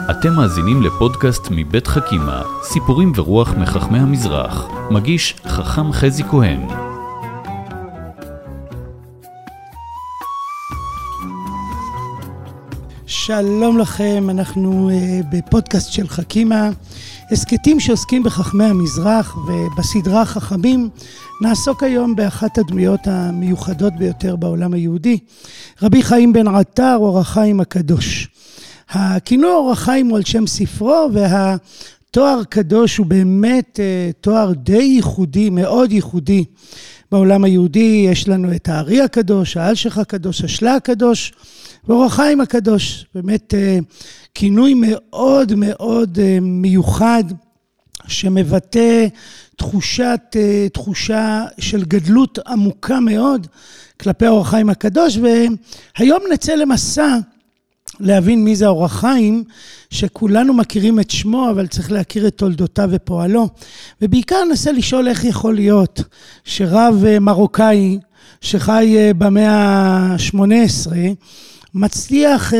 אתם מאזינים לפודקאסט מבית חכימה, סיפורים ורוח מחכמי המזרח. מגיש חכם חזי כהן. שלום לכם, אנחנו בפודקאסט של חכימה, הסקטים שעוסקים בחכמי המזרח, ובסדרה חכמים נעסוק היום באחת הדמויות המיוחדות ביותר בעולם היהודי, רבי חיים בן עטר, אור החיים הקדוש. הכינוי אור החיים הוא על שם ספרו, והתואר קדוש הוא באמת תואר די ייחודי, מאוד ייחודי בעולם היהודי. יש לנו את הארי הקדוש, האלשיך הקדוש, השלה הקדוש, ואור החיים הקדוש. באמת כינוי מאוד מאוד מיוחד, שמבטא תחושה של גדלות עמוקה מאוד כלפי אור החיים הקדוש. והיום נצא למסע להבין מי זה אור החיים, שכולנו מכירים את שמו, אבל צריך להכיר את תולדותיו ופועלו. ובעיקר ננסה לשאול איך יכול להיות שרב מרוקאי שחי במאה ה-18, מצליח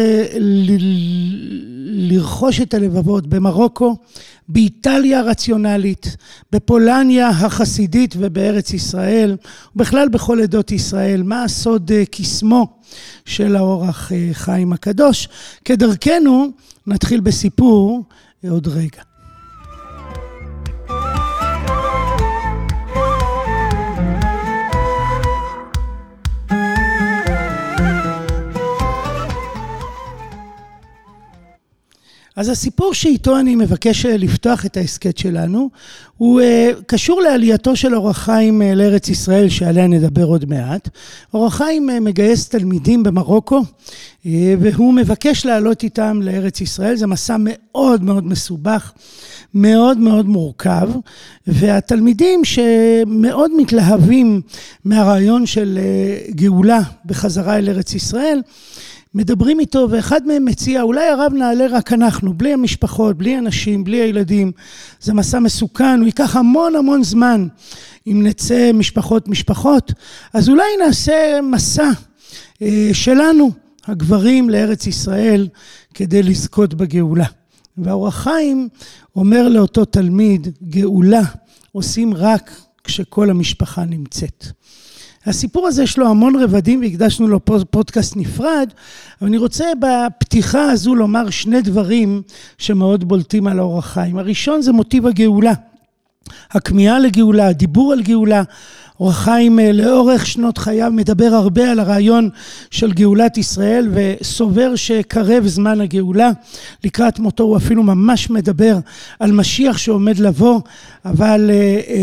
לרכוש את הלבבות במרוקו, באיטליה הרציונלית, בפולניה החסידית ובארץ ישראל, ובכלל בכל עדות ישראל. מה הסוד קסמו של האור החיים הקדוש? כדרכנו נתחיל בסיפור עוד רגע. אז הסיפור שאיתו אני מבקש לפתוח את ההסקט שלנו, הוא קשור לעלייתו של אור החיים לארץ ישראל, שעליה נדבר עוד מעט. אור החיים מגייס תלמידים במרוקו, והוא מבקש לעלות איתם לארץ ישראל. זה מסע מאוד מאוד מסובך, מאוד מאוד מורכב, והתלמידים שמאוד מתלהבים מהרעיון של גאולה בחזרה אל ארץ ישראל, מדברים איתו, ואחד מהם מציע, אולי הרב נעלה רק אנחנו, בלי המשפחות, בלי אנשים, בלי הילדים. זה מסע מסוכן, הוא ייקח המון זמן אם נצא משפחות. אז אולי נעשה מסע שלנו, הגברים, לארץ ישראל, כדי לזכות בגאולה. והאור החיים אומר לאותו תלמיד, גאולה עושים רק כשכל המשפחה נמצאת. הסיפור הזה יש לו המון רבדים, והקדשנו לו פודקאסט נפרד, אבל אני רוצה בפתיחה הזו לומר שני דברים שמאוד בולטים על אור החיים. הראשון זה מוטיב הגאולה, הכמיהה לגאולה, הדיבור על גאולה. אור החיים לאורך שנות חייו מדבר הרבה על הרעיון של גאולת ישראל, וסובר שקרב זמן הגאולה. לקראת מותו הוא אפילו ממש מדבר על משיח שעומד לבוא, אבל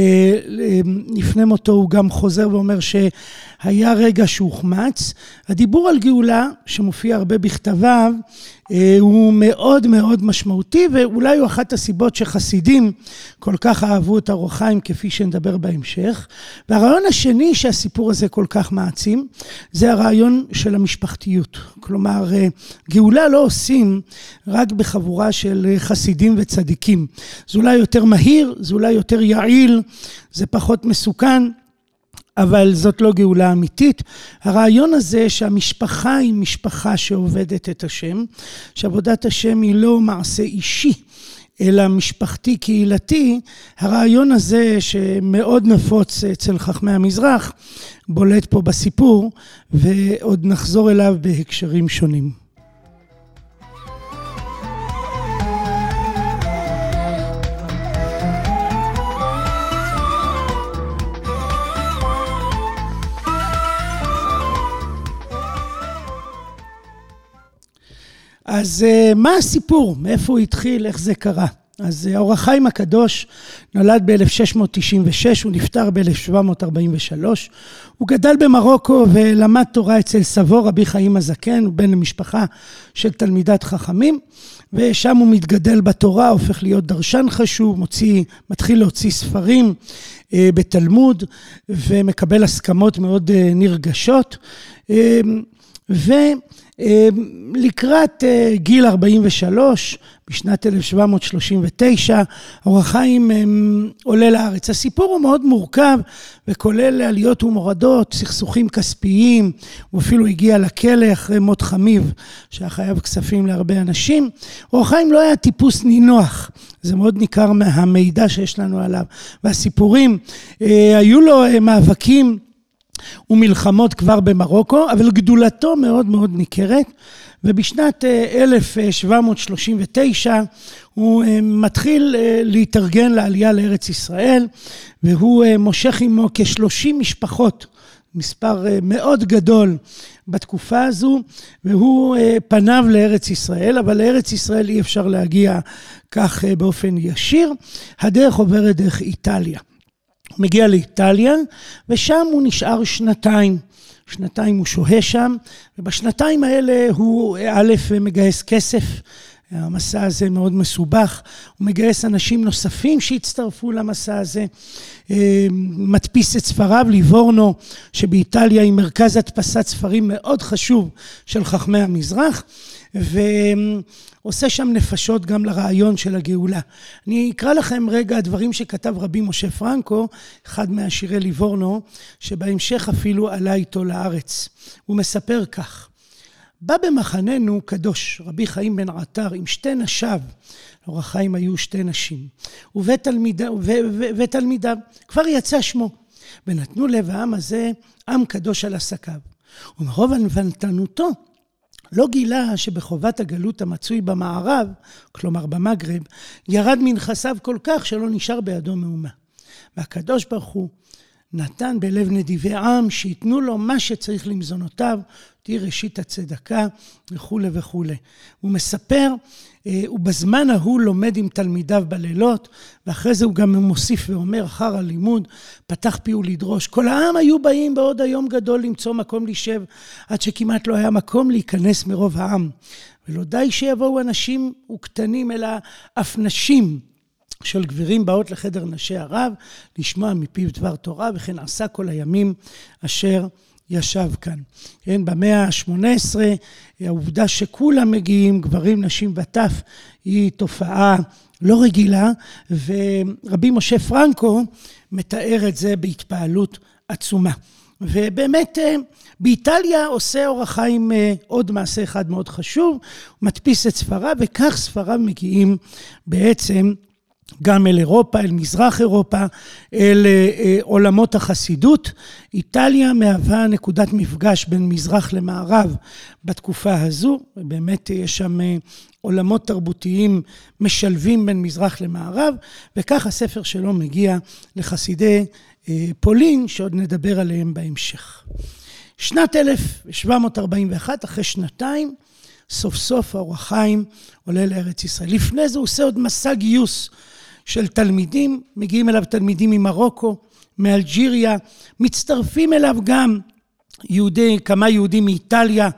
לפני מותו הוא גם חוזר ואומר שהיה רגע שהוחמץ. הדיבור על גאולה שמופיע הרבה בכתביו הוא מאוד מאוד משמעותי, ואולי הוא אחת הסיבות שחסידים כל כך אהבו את אור החיים, כפי שנדבר בהמשך. והרעיון השני שהסיפור הזה כל כך מעצים, זה הרעיון של המשפחתיות. כלומר, גאולה לא עושים רק בחבורה של חסידים וצדיקים. זה אולי יותר מהיר, זה אולי יותר יעיל, זה פחות מסוכן, אבל זאת לא גאולה אמיתית. הרעיון הזה שהמשפחה היא משפחה שעובדת את השם, שעבודת השם היא לא מעשה אישי, אלא משפחתי קהילתי, הרעיון הזה שמאוד נפוץ אצל חכמי המזרח, בולט פה בסיפור, ועוד נחזור אליו בהקשרים שונים. אז מה הסיפור? מאיפה הוא התחיל? איך זה קרה? אז אור החיים הקדוש נולד ב-1696, הוא נפטר ב-1743. הוא גדל במרוקו ולמד תורה אצל סבו, רבי חיים הזקן, הוא בן למשפחה של תלמידת חכמים, ושם הוא מתגדל בתורה, הופך להיות דרשן חשוב, מתחיל להוציא ספרים בתלמוד, ומקבל הסכמות מאוד נרגשות, לקראת גיל 43, בשנת 1739, אור החיים עולה לארץ. הסיפור הוא מאוד מורכב, וכולל עליות ומורדות, סכסוכים כספיים, הוא אפילו הגיע לכלא אחרי מות חמיו, שהיה חייב כספים להרבה אנשים. אור החיים לא היה טיפוס נינוח, זה מאוד ניכר מהמידע שיש לנו עליו, והסיפורים, היו לו מאבקים, ומלחמות כבר במרוקו, אבל גדולתו מאוד מאוד ניכרת, ובשנת 1739 הוא מתחיל להתארגן לעלייה לארץ ישראל, והוא מושך עמו כ-30 משפחות, מספר מאוד גדול בתקופה הזו, והוא פניו לארץ ישראל, אבל לארץ ישראל אי אפשר להגיע כך באופן ישיר, הדרך עוברת דרך איטליה. הוא מגיע לאיטליה, ושם הוא נשאר שנתיים הוא שוהה שם, ובשנתיים האלה הוא מגייס כסף, המסע הזה מאוד מסובך, הוא מגייס אנשים נוספים שהצטרפו למסע הזה, מדפיס את ספריו, ליבורנו שבאיטליה היא מרכז הדפסת ספרים מאוד חשוב של חכמי המזרח, ועושה שם נפשות גם לרעיון של הגאולה. אני אקרא לכם רגע דברים שכתב רבי משה פרנקו, אחד מהשירי ליבורנו, שבהמשך אפילו עלה איתו לארץ. הוא מספר כך: בא במחננו קדוש, רבי חיים בן עטר, עם שתי נשיו, אור החיים היו שתי נשים, ותלמידיו, כבר יצא שמו, ונתנו לב העם הזה עם קדוש על עסקיו. ומרוב ענוותנותו, לא גילה שבחובת הגלות המצוי במערב, כלומר במגרב, ירד מנכסיו כל כך שלא נשאר בידו מאומה. והקדוש ברוך הוא נתן בלב נדיבי עם שיתנו לו מה שצריך למזונותיו, תהיה ראשית הצדקה וכו' וכו'. הוא מספר, ובזמן ההוא לומד עם תלמידיו בלילות, ואחרי זה הוא גם מוסיף ואומר, אחר הלימוד, פתח פיהו לדרוש. כל העם היו באים בעוד היום גדול למצוא מקום להישב, עד שכמעט לא היה מקום להיכנס מרוב העם. ולא די שיבואו אנשים וקטנים, אלא אף נשים של גבירים באות לחדר נשי הרב, לשמוע מפיו דבר תורה, וכן עשה כל הימים אשר ישב כאן. כן, במאה ה-18, העובדה שכולם מגיעים, גברים, נשים וטף, היא תופעה לא רגילה, ורבי משה פרנקו מתאר את זה בהתפעלות עצומה. ובאמת, באיטליה עושה אור החיים עוד מעשה אחד מאוד חשוב, הוא מדפיס את ספריו, וכך ספריו מגיעים בעצם גם אל אירופה, אל מזרח אירופה, אל עולמות החסידות. איטליה מהווה נקודת מפגש בין מזרח למערב בתקופה הזו, ובאמת יש שם עולמות תרבותיים משלבים בין מזרח למערב, וכך הספר שלו מגיע לחסידי פולין, שעוד נדבר עליהם בהמשך. שנת 1741, אחרי שנתיים, סוף סוף האור החיים עולה לארץ ישראל. לפני זה הוא עושה עוד מסע גיוס של תלמידים, מגיעים אליו תלמידים ממרוקו, מאלג'יריה, מצטרפים אליו גם כמה יהודים מאיטליה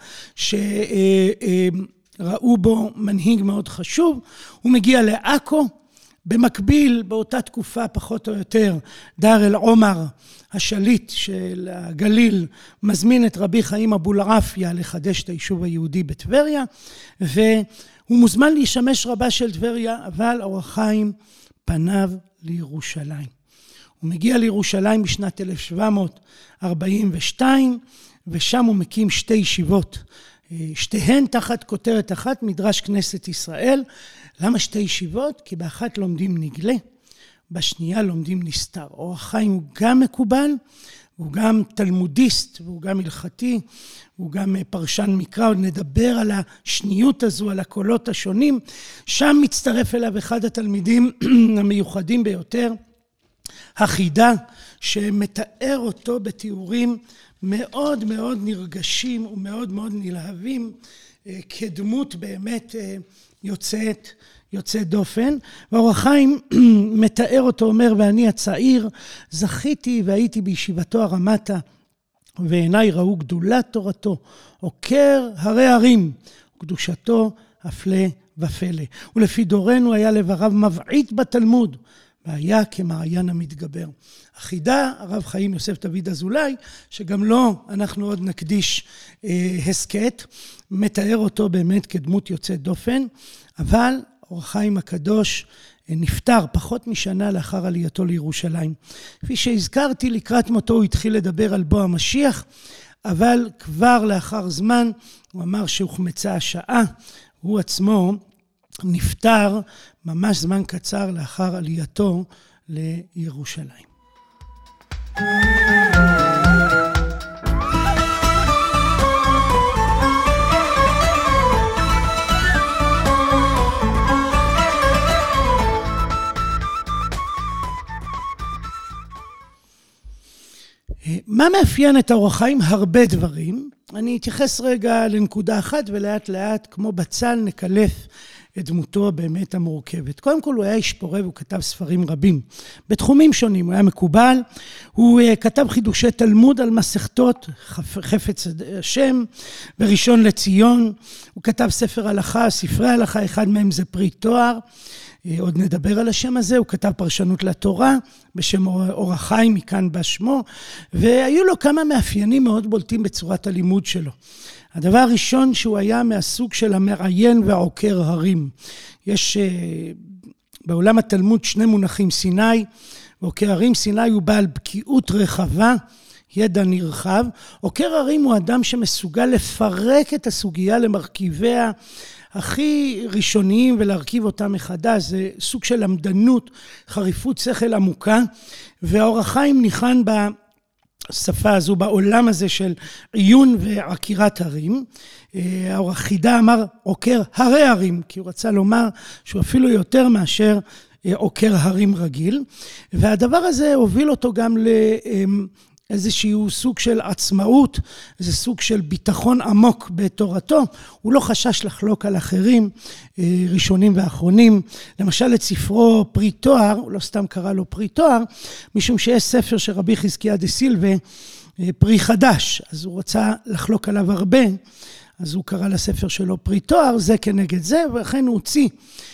שראו בו מנהיג מאוד חשוב. הוא מגיע לעכו, במקביל באותה תקופה פחות או יותר דאר אל עומר, השליט של הגליל, מזמין את רבי חיים אבולעפיה לחדש את היישוב היהודי בטבריה, והוא מוזמן להשמש רבה של טבריה, אבל אור החיים פניו לירושלים. הוא מגיע לירושלים בשנת 1742, ושם הוא מקים שתי ישיבות, שתיהן תחת כותרת אחת, מדרש כנסת ישראל. למה שתי ישיבות? כי באחת לומדים נגלה, בשנייה לומדים נסתר. אור החיים הוא גם מקובל, הוא גם תלמודיסט, והוא גם הלכתי, הוא גם פרשן מקרא. עוד נדבר על השניות הזו, על הקולות השונים. שם מצטרף אליו אחד התלמידים המיוחדים ביותר, החידה, שמתאר אותו בתיאורים מאוד מאוד נרגשים ומאוד מאוד נלהבים, כדמות באמת יוצאת דופן. ואור החיים מתאר אותו, אומר, ואני הצעיר זכיתי והייתי בישיבתו הרמתה, ועיניי ראו גדולת תורתו, עוקר הרי הרים, קדושתו הפלא ופלא. ולפי דורנו היה לבריו מבעית בתלמוד, והיה כמעיין המתגבר. החידה, הרב חיים יוסף דוד אזולאי, שגם לו אנחנו עוד נקדיש הסקט, מתאר אותו באמת כדמות יוצאת דופן, אבל אור החיים הקדוש נפטר פחות משנה לאחר עלייתו לירושלים. כפי שהזכרתי, לקראת מותו הוא התחיל לדבר על בוא המשיח, אבל כבר לאחר זמן הוא אמר שהוחמצה השעה, הוא עצמו נפטר ממש זמן קצר לאחר עלייתו לירושלים. מה מאפיין את האור החיים? הרבה דברים. אני אתייחס רגע לנקודה אחת ולאט לאט, כמו בצל, נקלף את דמותו באמת המורכבת. קודם כל הוא היה איש פורה והוא כתב ספרים רבים, בתחומים שונים, הוא היה מקובל, הוא כתב חידושי תלמוד על מסכתות, חפץ השם, וראשון לציון, הוא כתב ספר הלכה, ספרי הלכה, אחד מהם זה פרי תואר, עוד נדבר על השם הזה, הוא כתב פרשנות לתורה, בשם אור החיים, מכאן בא שמו, והיו לו כמה מאפיינים מאוד בולטים בצורת הלימוד שלו. הדבר הראשון שהוא היה מהסוג של המעיין והעוקר הרים. יש בעולם התלמוד שני מונחים, סיני ועוקר הרים. סיני הוא בעל בקיאות רחבה, ידע נרחב. עוקר הרים הוא אדם שמסוגל לפרק את הסוגיה למרכיביה הכי ראשוניים ולהרכיב אותם מחדש. זה סוג של למדנות, חריפות שכל עמוקה, והאור החיים ניחן בשפה הזו, בעולם הזה של עיון ועקירת הרים. האור החידה אמר עוקר הרי הרים, כי הוא רצה לומר שהוא אפילו יותר מאשר עוקר הרים רגיל, והדבר הזה הוביל אותו גם איזשהו סוג של עצמאות, איזה סוג של ביטחון עמוק בתורתו. הוא לא חשש לחלוק על אחרים, ראשונים ואחרונים. למשל את ספרו פרי תואר, הוא לא סתם קרא לו פרי תואר, משום שיש ספר של רבי חזקיה דה סילבה, פרי חדש, אז הוא רצה לחלוק עליו הרבה, אז הוא קרא לספר שלו פרי תואר, זה כנגד זה, ולכן הוא הוציא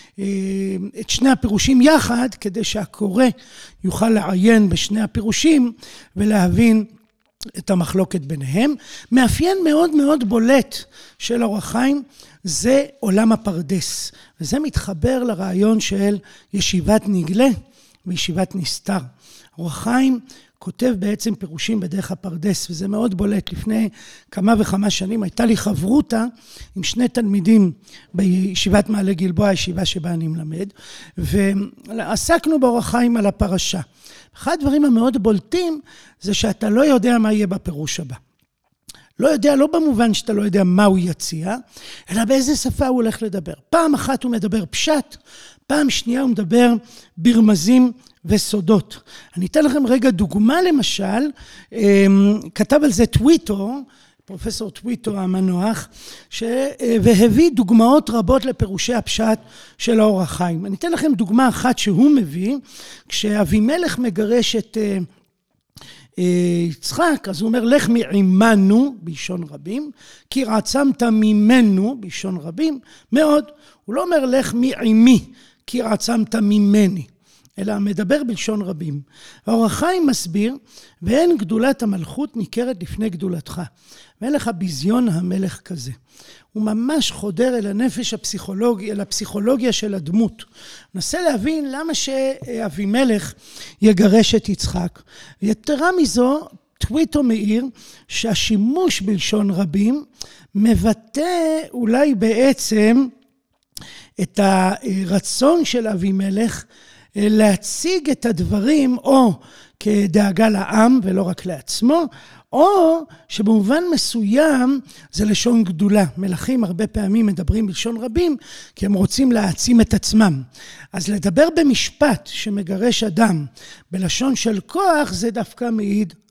את שני הפירושים יחד, כדי שהקורא יוכל לעיין בשני הפירושים ולהבין את המחלוקת ביניהם. מאפיין מאוד מאוד בולט של אור החיים זה עולם הפרדס, וזה מתחבר לרעיון של ישיבת נגלה וישיבת נסתר. אור החיים כותב בעצם פירושים בדרך הפרדס, וזה מאוד בולט. לפני כמה וכמה שנים הייתה לי חברותה עם שני תלמידים בישיבת מעלה גלבוע, הישיבה שבה אני מלמד, ועסקנו באור החיים על הפרשה. אחד הדברים המאוד בולטים זה שאתה לא יודע מה יהיה בפירוש הבא. לא יודע, לא במובן שאתה לא יודע מה הוא יציע, אלא באיזה שפה הוא הולך לדבר. פעם אחת הוא מדבר פשט, פעם שנייה הוא מדבר ברמזים וסודות. אני אתן לכם רגע דוגמה, למשל, כתב על זה טוויטו, פרופסור טוויטו המנוח, והביא דוגמאות רבות לפירושי הפשט של האור החיים. אני אתן לכם דוגמה אחת שהוא מביא, כשאבימלך מגרש את יצחק, אז הוא אומר, לך מעימנו, בלשון רבים, כי רצמת ממנו, בלשון רבים, מאוד. הוא לא אומר, לך מעימי, כי רצמת ממני, אלא מדבר בלשון רבים. האור החיים מסביר, ואין גדולת המלכות ניכרת לפני גדולתך, ואין לך ביזיון המלך כזה. הוא ממש חודר אל הנפש הפסיכולוגי, אל הפסיכולוגיה של הדמות. נסה להבין למה שאבימלך יגרש את יצחק. יתרה מזו, טוויטו מאיר שהשימוש בלשון רבים מבטא אולי בעצם את הרצון של אבימלך להציג את הדברים או כדאגה לעם ולא רק לעצמו, או שבמובן מסוים זה לשון גדולה. מלכים הרבה פעמים מדברים בלשון רבים כי הם רוצים להעצים את עצמם. אז לדבר במשפט שמגרש אדם בלשון של כוח זה דווקא מעיד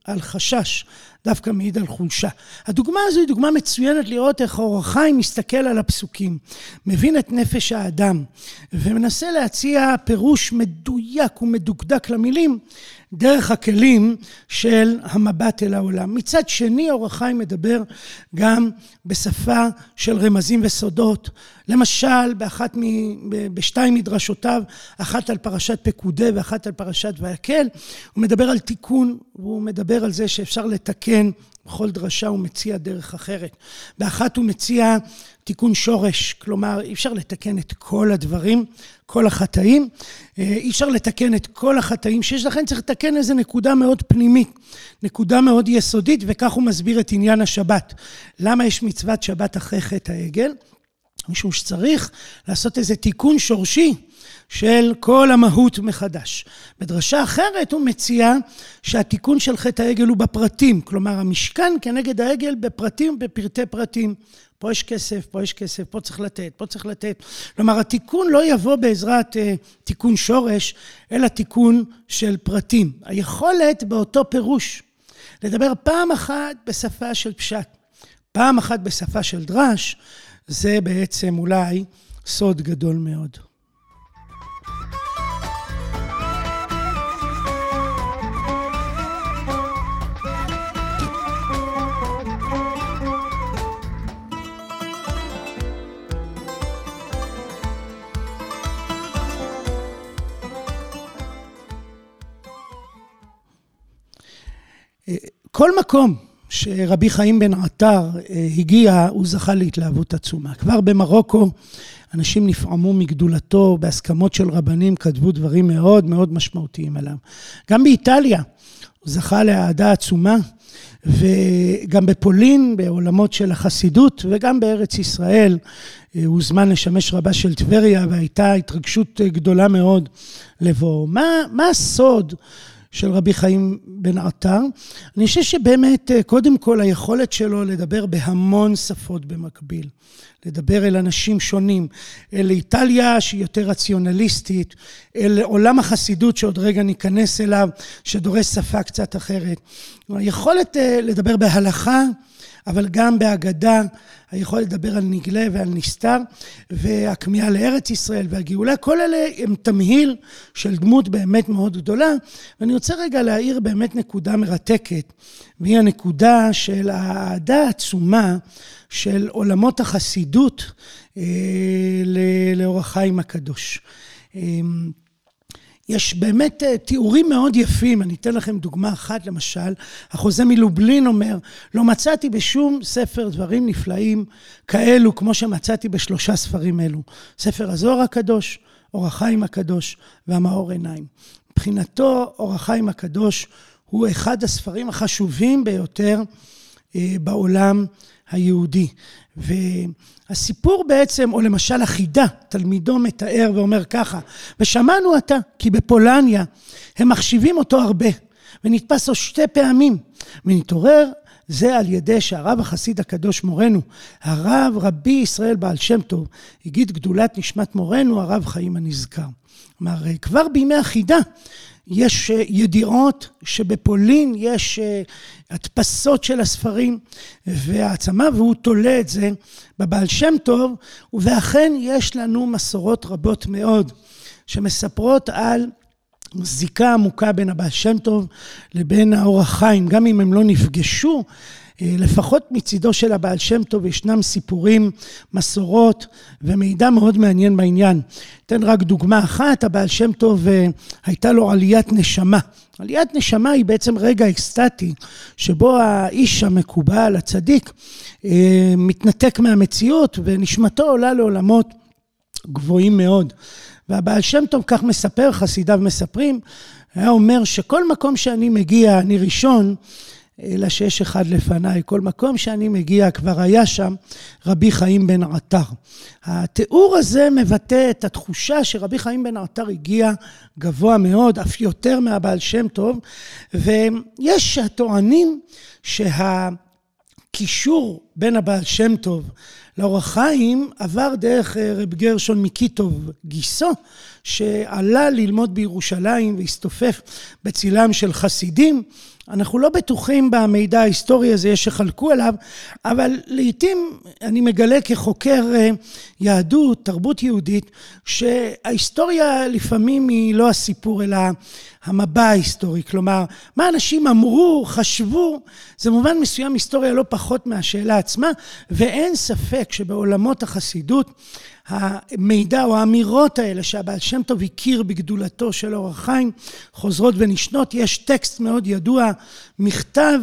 על חשש, דווקא מעיד על חולשה. הדוגמה הזו היא דוגמה מצוינת לראות איך אור החיים מסתכל על הפסוקים, מבין את נפש האדם, ומנסה להציע פירוש מדויק ומדוקדק למילים, דרך הכלים של המבט אל העולם. מצד שני, אור החיים מדבר גם בשפה של רמזים וסודות. למשל, בשתיים מדרשותיו, אחת על פרשת פקודי ואחת על פרשת ויקל, הוא מדבר על תיקון, והוא מדבר על זה שאפשר לתקן. בכל דרשה הוא מציע דרך אחרת. באחת הוא מציע תיקון שורש, כלומר אי אפשר לתקן את כל הדברים, כל החטאים, אי אפשר לתקן את כל החטאים שיש, לכן צריך לתקן איזו נקודה מאוד פנימית, נקודה מאוד יסודית, וכך הוא מסביר את עניין השבת. למה יש מצוות שבת אחרי חטא העגל? משום שצריך לעשות איזה תיקון שורשי של כל המהות מחדש. בדרשה אחרת הוא מציע שהתיקון של חטא העגל הוא בפרטים, כלומר המשכן כנגד העגל בפרטים, בפרטי פרטים. פה יש כסף, פה יש כסף, פה צריך לתת, פה צריך לתת. כלומר התיקון לא יבוא בעזרת תיקון שורש, אלא תיקון של פרטים. היכולת באותו פירוש, לדבר פעם אחת בשפה של פשט, פעם אחת בשפה של דרש, זה בעצם אולי סוד גדול מאוד. כל מקום שרבי חיים בן עטר הגיע, הוא זכה להתלהבות עצומה. כבר במרוקו אנשים נפעמו מגדולתו, בהסכמות של רבנים כתבו דברים מאוד מאוד משמעותיים עליו. גם באיטליה הוא זכה לאהדה עצומה, וגם בפולין, בעולמות של החסידות, וגם בארץ ישראל, הוא זמן לשמש רבה של טבריה, והייתה התרגשות גדולה מאוד לבוא. מה הסוד של רבי חיים בן עטר? אני חושב שבאמת קודם כל היכולת שלו לדבר בהמון שפות במקביל, לדבר אל אנשים שונים, אל איטליה שהיא יותר רציונליסטית, אל עולם החסידות שעוד רגע ניכנס אליו, שדורש שפה קצת אחרת. היכולת לדבר בהלכה, אבל גם בהגדה, היכולת לדבר על נגלה ועל נסתר, והכמיהה לארץ ישראל והגאולה, כל אלה הם תמהיל של דמות באמת מאוד גדולה, ואני רוצה רגע להעיר באמת נקודה מרתקת, והיא הנקודה של האהדה העצומה של עולמות החסידות לאור החיים הקדוש. יש באמת תיאורים מאוד יפים, אני אתן לכם דוגמה אחת למשל, החוזה מלובלין אומר, לא מצאתי בשום ספר דברים נפלאים כאלו כמו שמצאתי בשלושה ספרים אלו, ספר הזוהר הקדוש, אור החיים הקדוש והמאור עיניים. מבחינתו אור החיים הקדוש הוא אחד הספרים החשובים ביותר בעולם היהודי, והסיפור בעצם, או למשל החידה, תלמידו מתאר ואומר ככה, ושמענו עתה, כי בפולניה הם מחשיבים אותו הרבה, ונתפס לו 2 פעמים, ונתעורר זה על ידי שהרב החסיד הקדוש מורנו, הרב רבי ישראל בעל שם טוב, הגיד גדולת נשמת מורנו, הרב חיים הנזכר. כלומר, כבר בימי החידה, יש ידיעות שבפולין יש הדפסות של הספרים והעצמה, והוא תולה את זה בבעל שם טוב, ואכן יש לנו מסורות רבות מאוד שמספרות על זיקה עמוקה בין הבעל שם טוב לבין האור החיים, גם אם הם לא נפגשו, לפחות מצידו של הבעל שם טוב ישנם סיפורים, מסורות ומידע מאוד מעניין בעניין. אתן רק דוגמה אחת, הבעל שם טוב הייתה לו עליית נשמה. עליית נשמה היא בעצם רגע אקסטטי, שבו האיש המקובל, הצדיק, מתנתק מהמציאות ונשמתו עולה לעולמות גבוהים מאוד. והבעל שם טוב כך מספר, חסידיו מספרים, היה אומר שכל מקום שאני מגיע, אני ראשון, אלא שיש אחד לפניי, כל מקום שאני מגיע כבר היה שם רבי חיים בן עטר. התיאור הזה מבטא את התחושה שרבי חיים בן עטר הגיע גבוה מאוד, אף יותר מהבעל שם טוב, ויש הטוענים שהקישור בין הבעל שם טוב לאור החיים עבר דרך רב גרשון מקיטוב גיסו, שעלה ללמוד בירושלים והסתופף בצילם של חסידים, אנחנו לא בטוחים במידע ההיסטורי הזה, יש שחלקו עליו, אבל לעתים אני מגלה כחוקר יהדות, תרבות יהודית, שההיסטוריה לפעמים היא לא הסיפור, אלא המבע ההיסטורי. כלומר, מה אנשים אמרו, חשבו, זה מובן מסוים היסטוריה לא פחות מהשאלה עצמה, ואין ספק שבעולמות החסידות, המידע או האמירות האלה שהבעל שם טוב הכיר בגדולתו של אור החיים חוזרות ונשנות. יש טקסט מאוד ידוע, מכתב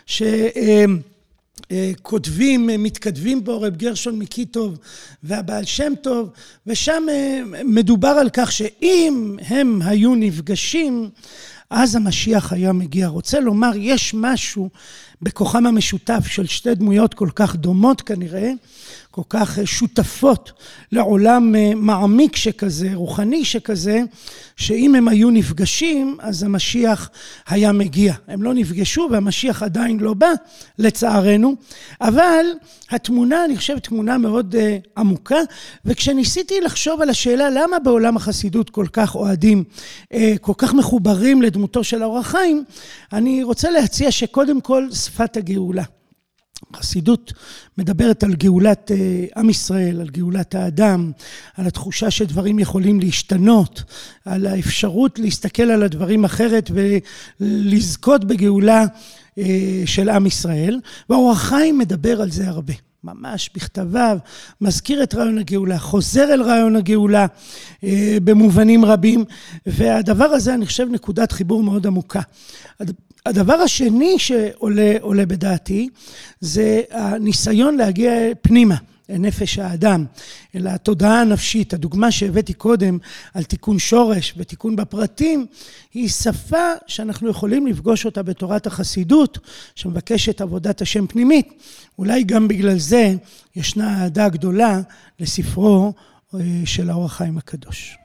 שכותבים, מתכתבים בו רב גרשון מקיטוב והבעל שם טוב, ושם מדובר על כך שאם הם היו נפגשים אז המשיח היה מגיע. רוצה לומר, יש משהו בכוחם המשותף של שתי דמויות כל כך דומות כנראה, כל כך שותפות לעולם מעמיק שכזה, רוחני שכזה, שאם הם היו נפגשים, אז המשיח היה מגיע. הם לא נפגשו והמשיח עדיין לא בא, לצערנו, אבל התמונה, אני חושב, תמונה מאוד עמוקה, וכשניסיתי לחשוב על השאלה, למה בעולם החסידות כל כך אוהדים, כל כך מחוברים לדמותו של אור החיים, אני רוצה להציע שקודם כל שפת הגאולה. החסידות מדברת על גאולת עם ישראל, על גאולת האדם, על התחושה שדברים יכולים להשתנות, על האפשרות להסתכל על הדברים אחרת ולזכות בגאולה של עם ישראל, והאור החיים מדבר על זה הרבה. ממש בכתביו, מזכיר את רעיון הגאולה, חוזר אל רעיון הגאולה במובנים רבים, והדבר הזה אני חושב נקודת חיבור מאוד עמוקה. הדבר השני שעולה בדעתי, זה הניסיון להגיע פנימה, לנפש האדם, אל התודעה הנפשית. הדוגמה שהבאתי קודם על תיקון שורש ותיקון בפרטים, היא שפה שאנחנו יכולים לפגוש אותה בתורת החסידות, שמבקשת עבודת השם פנימית. אולי גם בגלל זה ישנה אהדה גדולה לספרו של האור החיים הקדוש.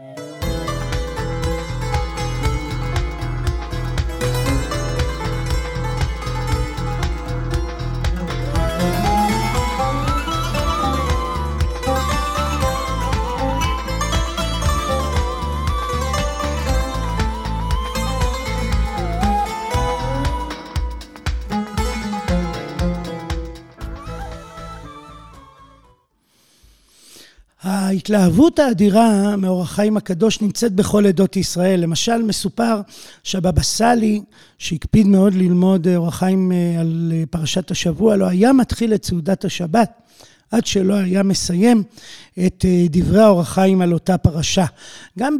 ההתלהבות האדירה מאור החיים הקדוש נמצאת בכל עדות ישראל. למשל מסופר שהבבא סאלי, שהקפיד מאוד ללמוד אור החיים על פרשת השבוע, לא היה מתחיל את סעודת השבת עד שלא היה מסיים את דברי האור החיים על אותה פרשה. גם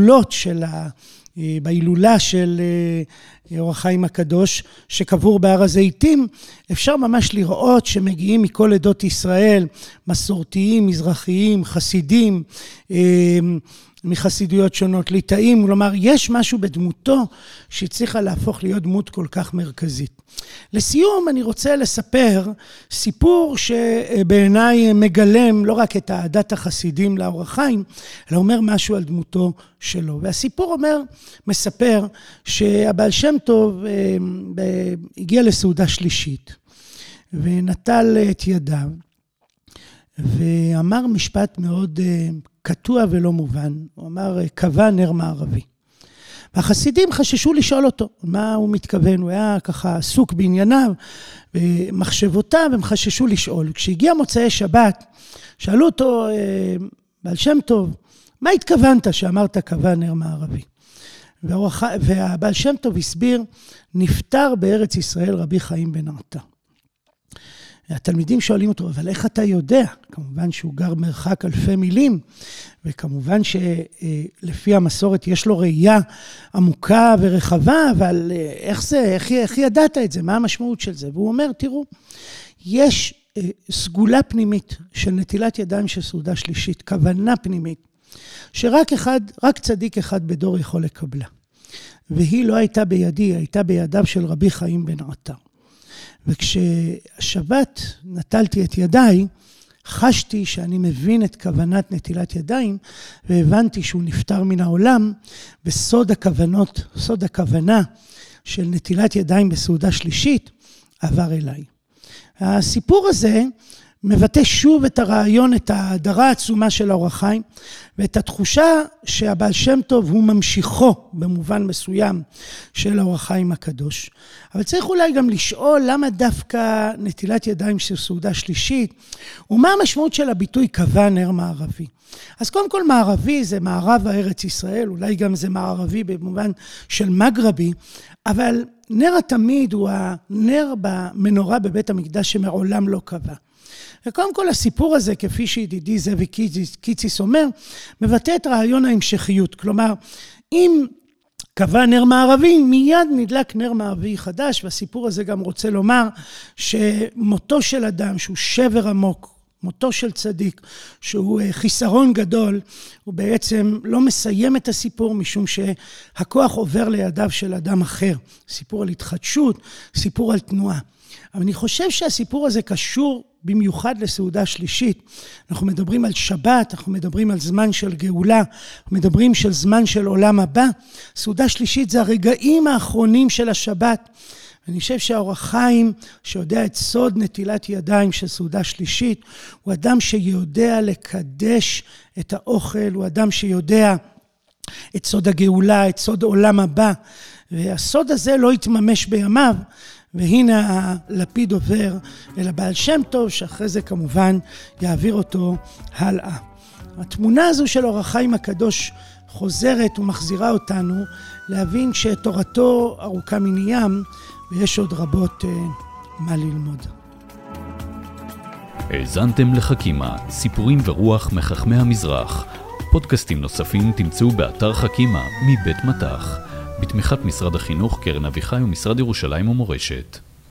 בהילולה של אור החיים הקדוש שקבור בהר הזיתים, אפשר ממש לראות שמגיעים מכל עדות ישראל, מסורתיים, מזרחיים, חסידים, מחסידויות שונות, ליטאים, כלומר יש משהו בדמותו שצריכה להפוך להיות דמות כל כך מרכזית. לסיום אני רוצה לספר סיפור שבעיניי מגלם לא רק את אהדת החסידים לאור החיים, אלא אומר משהו על דמותו שלו. והסיפור מספר שהבעל שם טוב הגיע לסעודה שלישית ונטל את ידיו ואמר משפט מאוד קטוע ולא מובן. הוא אמר, קבע נר מערבי. והחסידים חששו לשאול אותו מה הוא מתכוון. הוא היה ככה עסוק בענייניו ומחשבותיו, הם חששו לשאול. כשהגיע מוצאי שבת, שאלו אותו, בעל שם טוב, מה התכוונת שאמרת קבע נר מערבי? והבעל שם טוב הסביר, נפטר בארץ ישראל רבי חיים בן עטר. התלמידים שואלים אותו, אבל איך אתה יודע? כמובן שהוא גר מרחק אלפי מילים, וכמובן שלפי המסורת יש לו ראייה עמוקה ורחבה, אבל איך זה, איך ידעת את זה? מה המשמעות של זה? והוא אומר, תראו, יש סגולה פנימית של נטילת ידיים של סעודה שלישית, כוונה פנימית, שרק צדיק אחד בדור יכול לקבלה. והיא לא הייתה בידי, היא הייתה בידיו של רבי חיים בן עטר. וכשהשבת נטלתי את ידיי, חשתי שאני מבין את כוונת נטילת ידיים, והבנתי שהוא נפטר מן העולם, וסוד הכוונה של נטילת ידיים בסעודה שלישית, עבר אליי. הסיפור הזה מבטא שוב את הרעיון, את ההדרה העצומה של האור החיים, ואת התחושה שהבעל שם טוב הוא ממשיכו במובן מסוים של האור החיים הקדוש. אבל צריך אולי גם לשאול למה דווקא נטילת ידיים של סעודה שלישית, ומה המשמעות של הביטוי קבע נר מערבי. אז קודם כל מערבי זה מערב הארץ ישראל, אולי גם זה מערבי במובן של מגרבי, אבל נר התמיד הוא הנר במנורה בבית המקדש שמעולם לא קבע. וקודם כל הסיפור הזה, כפי שידידי זאביק קיציס אומר, מבטא את רעיון ההמשכיות. כלומר, אם קבע נר מערבי, מיד נדלק נר מערבי חדש, והסיפור הזה גם רוצה לומר שמותו של אדם, שהוא שבר עמוק, מותו של צדיק, שהוא חיסרון גדול, הוא בעצם לא מסיים את הסיפור, משום שהכוח עובר לידיו של אדם אחר. סיפור על התחדשות, סיפור על תנועה. אבל אני חושב שהסיפור הזה קשור במיוחד לסעודה שלישית. אנחנו מדברים על שבת, אנחנו מדברים על זמן של גאולה, אנחנו מדברים של זמן של עולם הבא. סעודה שלישית זה הרגעים האחרונים של השבת. אני חושב שהאור החיים שיודע את סוד נטילת ידיים של סעודה שלישית, הוא אדם שיודע לקדש את האוכל, הוא אדם שיודע את סוד הגאולה, את סוד עולם הבא, והסוד הזה לא יתממש בימיו, והנה הלפיד עובר אל הבעל שם טוב, שאחרי זה כמובן יעביר אותו הלאה. התמונה הזו של אור החיים הקדוש חוזרת ומחזירה אותנו להבין שתורתו ארוכה מן ים, ויש עוד רבות מה ללמוד. האזנתם לחכימה, סיפורים ורוח מחכמי המזרח. פודקאסטים נוספים תמצאו באתר חכימה מבית מטח, בתמיכת משרד החינוך, קרן אביחי ומשרד ירושלים ומורשת.